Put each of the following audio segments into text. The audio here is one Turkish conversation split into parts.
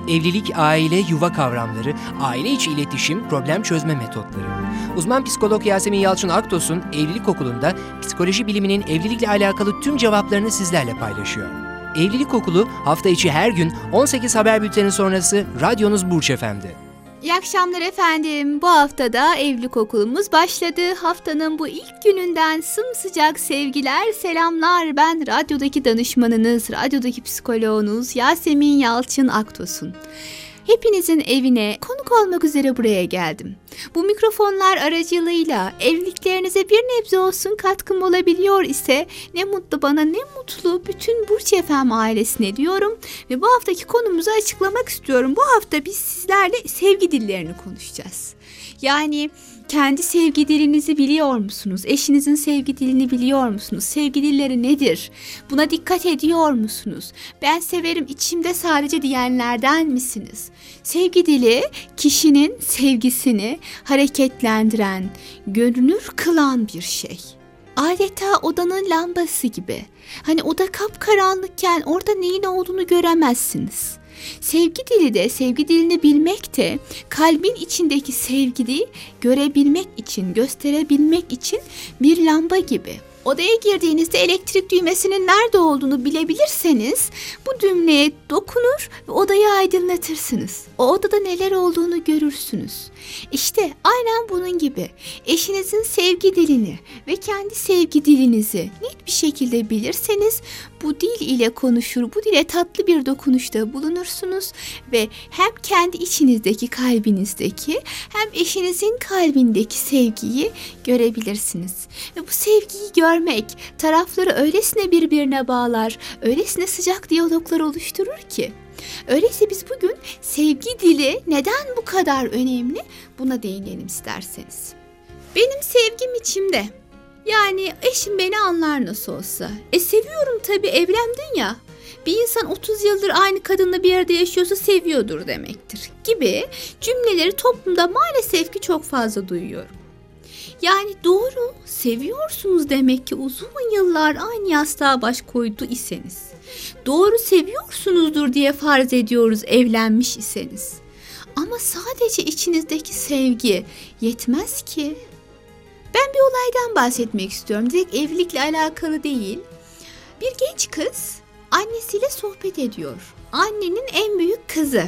Evlilik, aile, yuva kavramları, aile içi iletişim, problem çözme metotları. Uzman psikolog Yasemin Yalçın Aktos'un Evlilik Okulu'nda psikoloji biliminin evlilikle alakalı tüm cevaplarını sizlerle paylaşıyor. Evlilik Okulu hafta içi her gün 18 haber bülteni sonrası radyonuz Burç FM'de. İyi akşamlar efendim. Bu haftada evlilik okulumuz başladı. Haftanın bu ilk gününden sımsıcak sevgiler, selamlar. Ben radyodaki danışmanınız, radyodaki psikoloğunuz Yasemin Yalçın Aktos'un. Hepinizin evine konuk olmak üzere buraya geldim. Bu mikrofonlar aracılığıyla evliliklerinize bir nebze olsun katkım olabiliyor ise ne mutlu bana, ne mutlu bütün Burç FM ailesine diyorum. Ve bu haftaki konumuzu açıklamak istiyorum. Bu hafta biz sizlerle sevgi dillerini konuşacağız. Yani kendi sevgi dilinizi biliyor musunuz? Eşinizin sevgi dilini biliyor musunuz? Sevgi dilleri nedir? Buna dikkat ediyor musunuz? Ben severim içimde sadece diyenlerden misiniz? Sevgi dili kişinin sevgisini hareketlendiren, görünür kılan bir şey. Adeta odanın lambası gibi. Hani oda kapkaranlıkken orada neyin olduğunu göremezsiniz. Sevgi dili de, sevgi dilini bilmek de kalbin içindeki sevgiyi görebilmek için, gösterebilmek için bir lamba gibi. Odaya girdiğinizde elektrik düğmesinin nerede olduğunu bilebilirseniz bu düğmeye dokunur ve odayı aydınlatırsınız. O odada neler olduğunu görürsünüz. İşte aynen bunun gibi eşinizin sevgi dilini ve kendi sevgi dilinizi net bir şekilde bilirseniz bu dil ile konuşur, bu dile tatlı bir dokunuşta bulunursunuz ve hem kendi içinizdeki, kalbinizdeki hem eşinizin kalbindeki sevgiyi görebilirsiniz. Ve bu sevgiyi görmek tarafları öylesine birbirine bağlar, öylesine sıcak diyaloglar oluşturur ki. Öyleyse biz bugün sevgi dili neden bu kadar önemli buna değinelim isterseniz. Benim sevgim içimde. Yani eşim beni anlar nasıl olsa. Seviyorum tabii, evlendin ya. Bir insan 30 yıldır aynı kadınla bir arada yaşıyorsa seviyordur demektir gibi cümleleri toplumda maalesef ki çok fazla duyuyorum. Yani doğru, seviyorsunuz demek ki uzun yıllar aynı yastığa baş koydu iseniz. Doğru, seviyorsunuzdur diye farz ediyoruz evlenmiş iseniz. Ama sadece içinizdeki sevgi yetmez ki. Ben bir olaydan bahsetmek istiyorum. Direkt evlilikle alakalı değil. Bir genç kız annesiyle sohbet ediyor. Annenin en büyük kızı.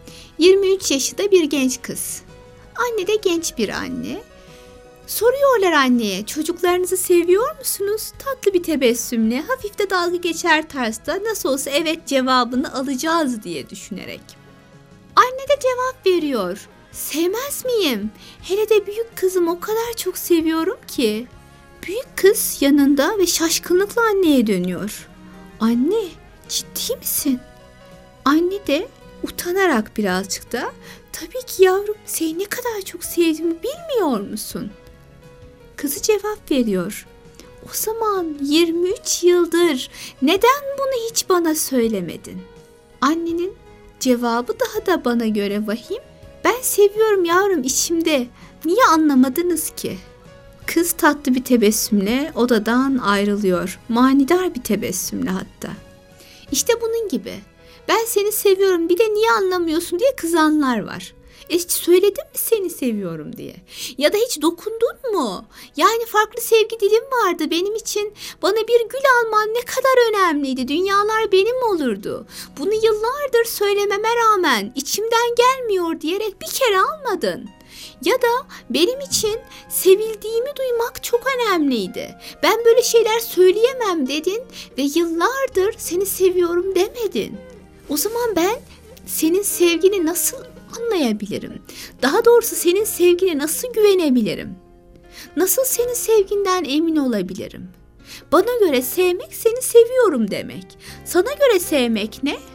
23 yaşında bir genç kız. Anne de genç bir anne. Soruyorlar anneye, çocuklarınızı seviyor musunuz? Tatlı bir tebessümle, hafif de dalga geçer tarzda nasıl olsa evet cevabını alacağız diye düşünerek. Anne de cevap veriyor. Sevmez miyim? Hele de büyük kızım o kadar çok seviyorum ki. Büyük kız yanında ve şaşkınlıkla anneye dönüyor. Anne, ciddi misin? Anne de utanarak birazcık da tabii ki yavrum, seni ne kadar çok sevdiğimi bilmiyor musun? Kızı cevap veriyor. O zaman 23 yıldır neden bunu hiç bana söylemedin? Annenin cevabı daha da bana göre vahim. Ben seviyorum yavrum içimde. Niye anlamadınız ki? Kız tatlı bir tebessümle odadan ayrılıyor. Manidar bir tebessümle hatta. İşte bunun gibi. Ben seni seviyorum bir de niye anlamıyorsun diye kızanlar var. Hiç söyledim mi seni seviyorum diye? Ya da hiç dokundun mu? Yani farklı sevgi dilim vardı benim için. Bana bir gül alman ne kadar önemliydi. Dünyalar benim olurdu. Bunu yıllardır söylememe rağmen içimden gelmiyor diyerek bir kere almadın. Ya da benim için sevildiğimi duymak çok önemliydi. Ben böyle şeyler söyleyemem dedin ve yıllardır seni seviyorum demedin. O zaman ben senin sevgini nasıl anlayabilirim? Daha doğrusu senin sevgine nasıl güvenebilirim? Nasıl senin sevginden emin olabilirim? Bana göre sevmek seni seviyorum demek. Sana göre sevmek ne?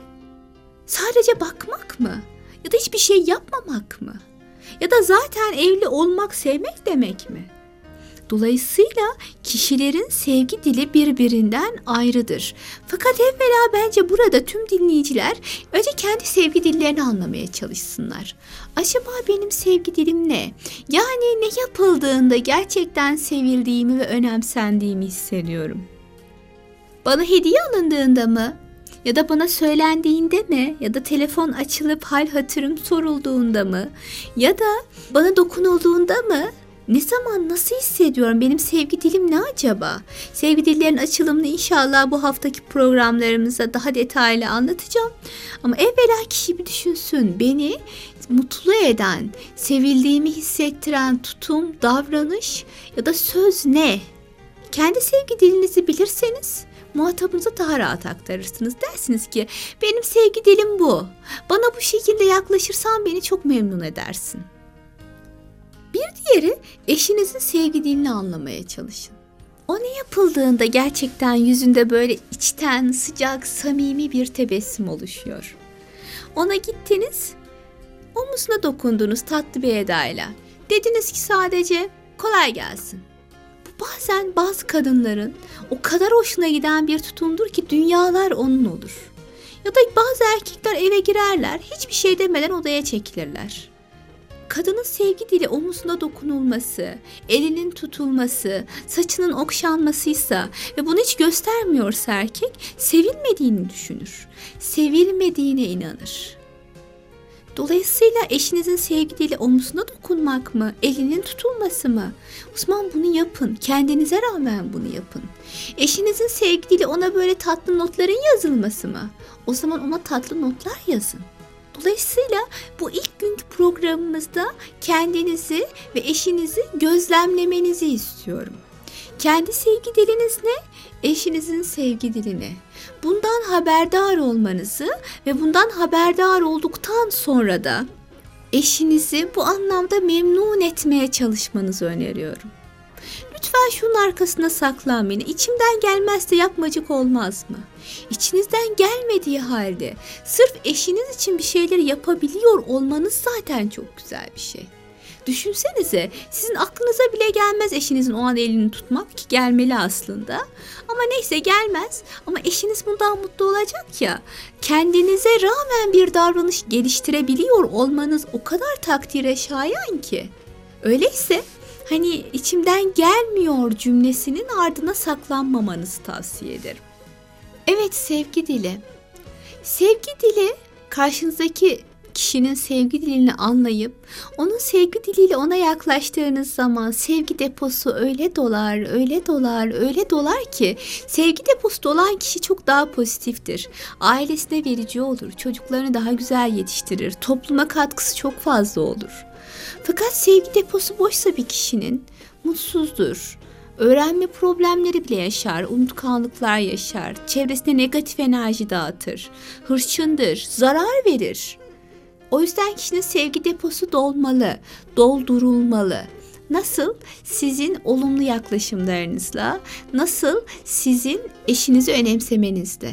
Sadece bakmak mı? Ya da hiçbir şey yapmamak mı? Ya da zaten evli olmak sevmek demek mi? Dolayısıyla kişilerin sevgi dili birbirinden ayrıdır. Fakat evvela bence burada tüm dinleyiciler önce kendi sevgi dillerini anlamaya çalışsınlar. Acaba benim sevgi dilim ne? Yani ne yapıldığında gerçekten sevildiğimi ve önemsendiğimi hissediyorum. Bana hediye alındığında mı? Ya da bana söylendiğinde mi? Ya da telefon açılıp hal hatırım sorulduğunda mı? Ya da bana dokunulduğunda mı? Ne zaman, nasıl hissediyorum? Benim sevgi dilim ne acaba? Sevgi dillerin açılımını inşallah bu haftaki programlarımızda daha detaylı anlatacağım. Ama evvela kişi bir düşünsün. Beni mutlu eden, sevildiğimi hissettiren tutum, davranış ya da söz ne? Kendi sevgi dilinizi bilirseniz muhatabınıza daha rahat aktarırsınız. Dersiniz ki benim sevgi dilim bu. Bana bu şekilde yaklaşırsan beni çok memnun edersin. Bir diğeri, eşinizin sevgi dilini anlamaya çalışın. O ne yapıldığında gerçekten yüzünde böyle içten, sıcak, samimi bir tebessüm oluşuyor. Ona gittiniz, omuzuna dokundunuz tatlı bir edayla. Dediniz ki sadece kolay gelsin. Bu bazen bazı kadınların o kadar hoşuna giden bir tutumdur ki dünyalar onun olur. Ya da bazı erkekler eve girerler, hiçbir şey demeden odaya çekilirler. Kadının sevgi dili omuzuna dokunulması, elinin tutulması, saçının okşanmasıysa ve bunu hiç göstermiyorsa erkek sevilmediğini düşünür. Sevilmediğine inanır. Dolayısıyla eşinizin sevgi dili omuzuna dokunmak mı, elinin tutulması mı? O zaman bunu yapın. Kendinize rağmen bunu yapın. Eşinizin sevgi dili ona böyle tatlı notların yazılması mı? O zaman ona tatlı notlar yazın. Dolayısıyla bu ilk günkü programımızda kendinizi ve eşinizi gözlemlemenizi istiyorum. Kendi sevgi diliniz ne? Eşinizin sevgi dili ne? Bundan haberdar olmanızı ve bundan haberdar olduktan sonra da eşinizi bu anlamda memnun etmeye çalışmanızı öneriyorum. Lütfen şunun arkasına saklanmayın. İçimden gelmezse yapmacık olmaz mı? İçinizden gelmediği halde sırf eşiniz için bir şeyleri yapabiliyor olmanız zaten çok güzel bir şey. Düşünsenize, sizin aklınıza bile gelmez eşinizin o an elini tutmak, ki gelmeli aslında. Ama neyse gelmez, ama eşiniz bundan mutlu olacak ya. Kendinize rağmen bir davranış geliştirebiliyor olmanız o kadar takdire şayan ki. Öyleyse hani içimden gelmiyor cümlesinin ardına saklanmamanızı tavsiye ederim. Evet, sevgi dili. Sevgi dili karşınızdaki kişinin sevgi dilini anlayıp onun sevgi diliyle ona yaklaştığınız zaman sevgi deposu öyle dolar, öyle dolar, öyle dolar ki sevgi deposu dolan kişi çok daha pozitiftir. Ailesine verici olur, çocuklarını daha güzel yetiştirir, topluma katkısı çok fazla olur. Fakat sevgi deposu boşsa bir kişinin mutsuzdur. Öğrenme problemleri bile yaşar, unutkanlıklar yaşar, çevresine negatif enerji dağıtır, hırçındır, zarar verir. O yüzden kişinin sevgi deposu dolmalı, doldurulmalı. Nasıl? Sizin olumlu yaklaşımlarınızla, nasıl sizin eşinizi önemsemenizle.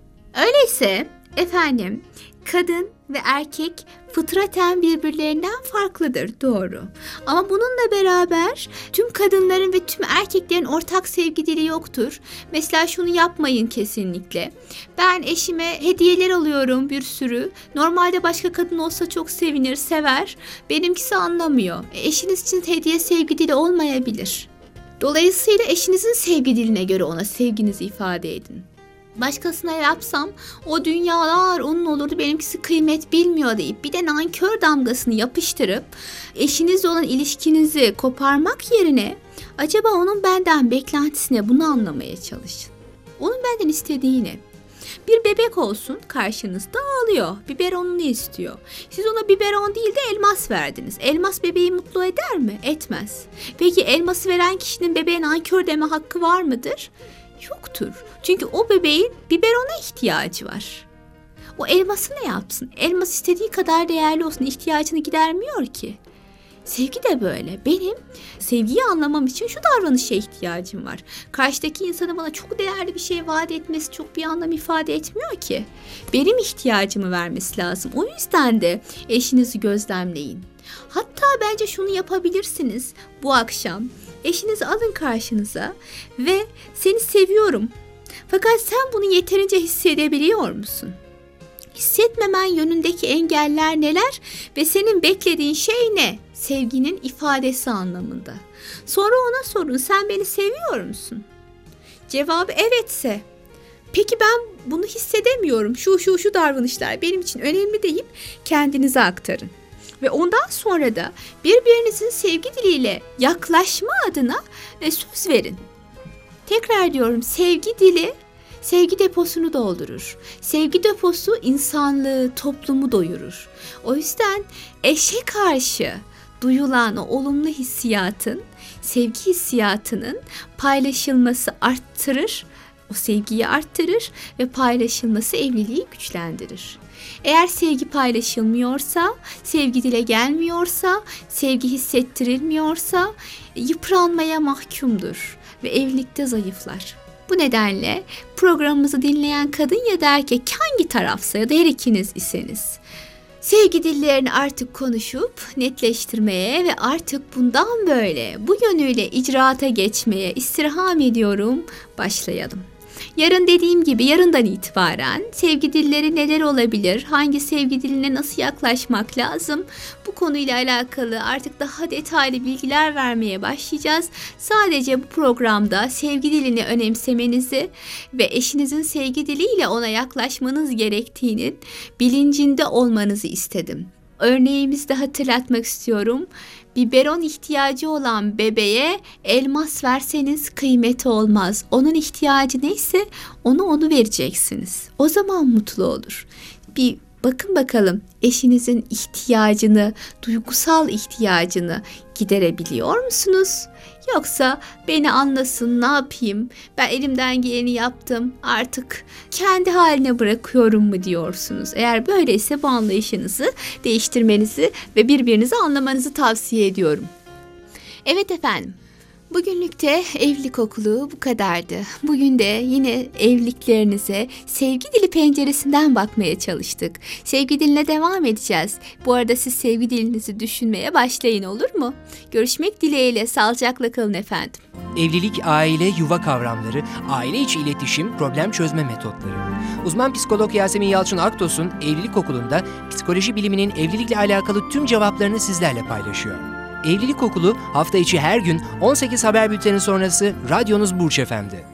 Öyleyse efendim, kadın ve erkek fıtraten birbirlerinden farklıdır, doğru. Ama bununla beraber tüm kadınların ve tüm erkeklerin ortak sevgi dili yoktur. Mesela şunu yapmayın kesinlikle. Ben eşime hediyeler alıyorum bir sürü. Normalde başka kadın olsa çok sevinir, sever. Benimkisi anlamıyor. Eşiniz için hediye sevgi dili olmayabilir. Dolayısıyla eşinizin sevgi diline göre ona sevginizi ifade edin. Başkasına yapsam o dünyalar onun olurdu, benimkisi kıymet bilmiyor deyip bir de nankör damgasını yapıştırıp eşinizle olan ilişkinizi koparmak yerine acaba onun benden beklentisine, bunu anlamaya çalışın. Onun benden istediği ne? Bir bebek olsun karşınızda, ağlıyor. Biberonunu istiyor. Siz ona biberon değil de elmas verdiniz. Elmas bebeği mutlu eder mi? Etmez. Peki elması veren kişinin bebeğe nankör deme hakkı var mıdır? Yoktur. Çünkü o bebeğin biberona ihtiyacı var. O elması ne yapsın? Elmas istediği kadar değerli olsun, ihtiyacını gidermiyor ki. Sevgi de böyle. Benim sevgiyi anlamam için şu davranışa ihtiyacım var. Karşıdaki insanın bana çok değerli bir şey vaat etmesi çok bir anlam ifade etmiyor ki. Benim ihtiyacımı vermesi lazım. O yüzden de eşinizi gözlemleyin. Hatta bence şunu yapabilirsiniz bu akşam. Eşinizi alın karşınıza ve seni seviyorum. Fakat sen bunu yeterince hissedebiliyor musun? Hissetmemen yönündeki engeller neler ve senin beklediğin şey ne? Sevginin ifadesi anlamında. Sonra ona sorun, sen beni seviyor musun? Cevabı evetse, Peki ben bunu hissedemiyorum. Şu davranışlar benim için önemli deyip kendinize aktarın. Ve ondan sonra da birbirinizin sevgi diliyle yaklaşma adına söz verin. Tekrar diyorum, sevgi dili sevgi deposunu doldurur. Sevgi deposu insanlığı, toplumu doyurur. O yüzden eşe karşı duyulan o olumlu hissiyatın, sevgi hissiyatının paylaşılması arttırır, o sevgiyi arttırır ve paylaşılması evliliği güçlendirir. Eğer sevgi paylaşılmıyorsa, sevgi dile gelmiyorsa, sevgi hissettirilmiyorsa yıpranmaya mahkumdur ve evlilikte zayıflar. Bu nedenle programımızı dinleyen kadın ya da erkek hangi tarafsa ya da her ikiniz iseniz sevgi dillerini artık konuşup netleştirmeye ve artık bundan böyle bu yönüyle icraata geçmeye istirham ediyorum. Başlayalım. Yarın dediğim gibi yarından itibaren sevgi dilleri neler olabilir, hangi sevgi diline nasıl yaklaşmak lazım, bu konuyla alakalı artık daha detaylı bilgiler vermeye başlayacağız. Sadece bu programda sevgi dilini önemsemenizi ve eşinizin sevgi diliyle ona yaklaşmanız gerektiğinin bilincinde olmanızı istedim. Örneğimizi de hatırlatmak istiyorum. Biberon ihtiyacı olan bebeğe elmas verseniz kıymeti olmaz. Onun ihtiyacı neyse onu vereceksiniz. O zaman mutlu olur. Bir bakın bakalım eşinizin ihtiyacını, duygusal ihtiyacını giderebiliyor musunuz? Yoksa beni anlasın, ne yapayım, ben elimden geleni yaptım, artık kendi haline bırakıyorum mu diyorsunuz? Eğer böyleyse bu anlayışınızı değiştirmenizi ve birbirinizi anlamanızı tavsiye ediyorum. Evet efendim. Bugünlük de evlilik okulu bu kadardı. Bugün de yine evliliklerinize sevgi dili penceresinden bakmaya çalıştık. Sevgi diline devam edeceğiz. Bu arada siz sevgi dilinizi düşünmeye başlayın, olur mu? Görüşmek dileğiyle, sağlıcakla kalın efendim. Evlilik, aile, yuva kavramları, aile içi iletişim, problem çözme metotları. Uzman psikolog Yasemin Yalçın Aktos'un Evlilik Okulu'nda psikoloji biliminin evlilikle alakalı tüm cevaplarını sizlerle paylaşıyor. Evlilik Okulu hafta içi her gün 18 haber bülteni sonrası radyonuz Burç FM'de.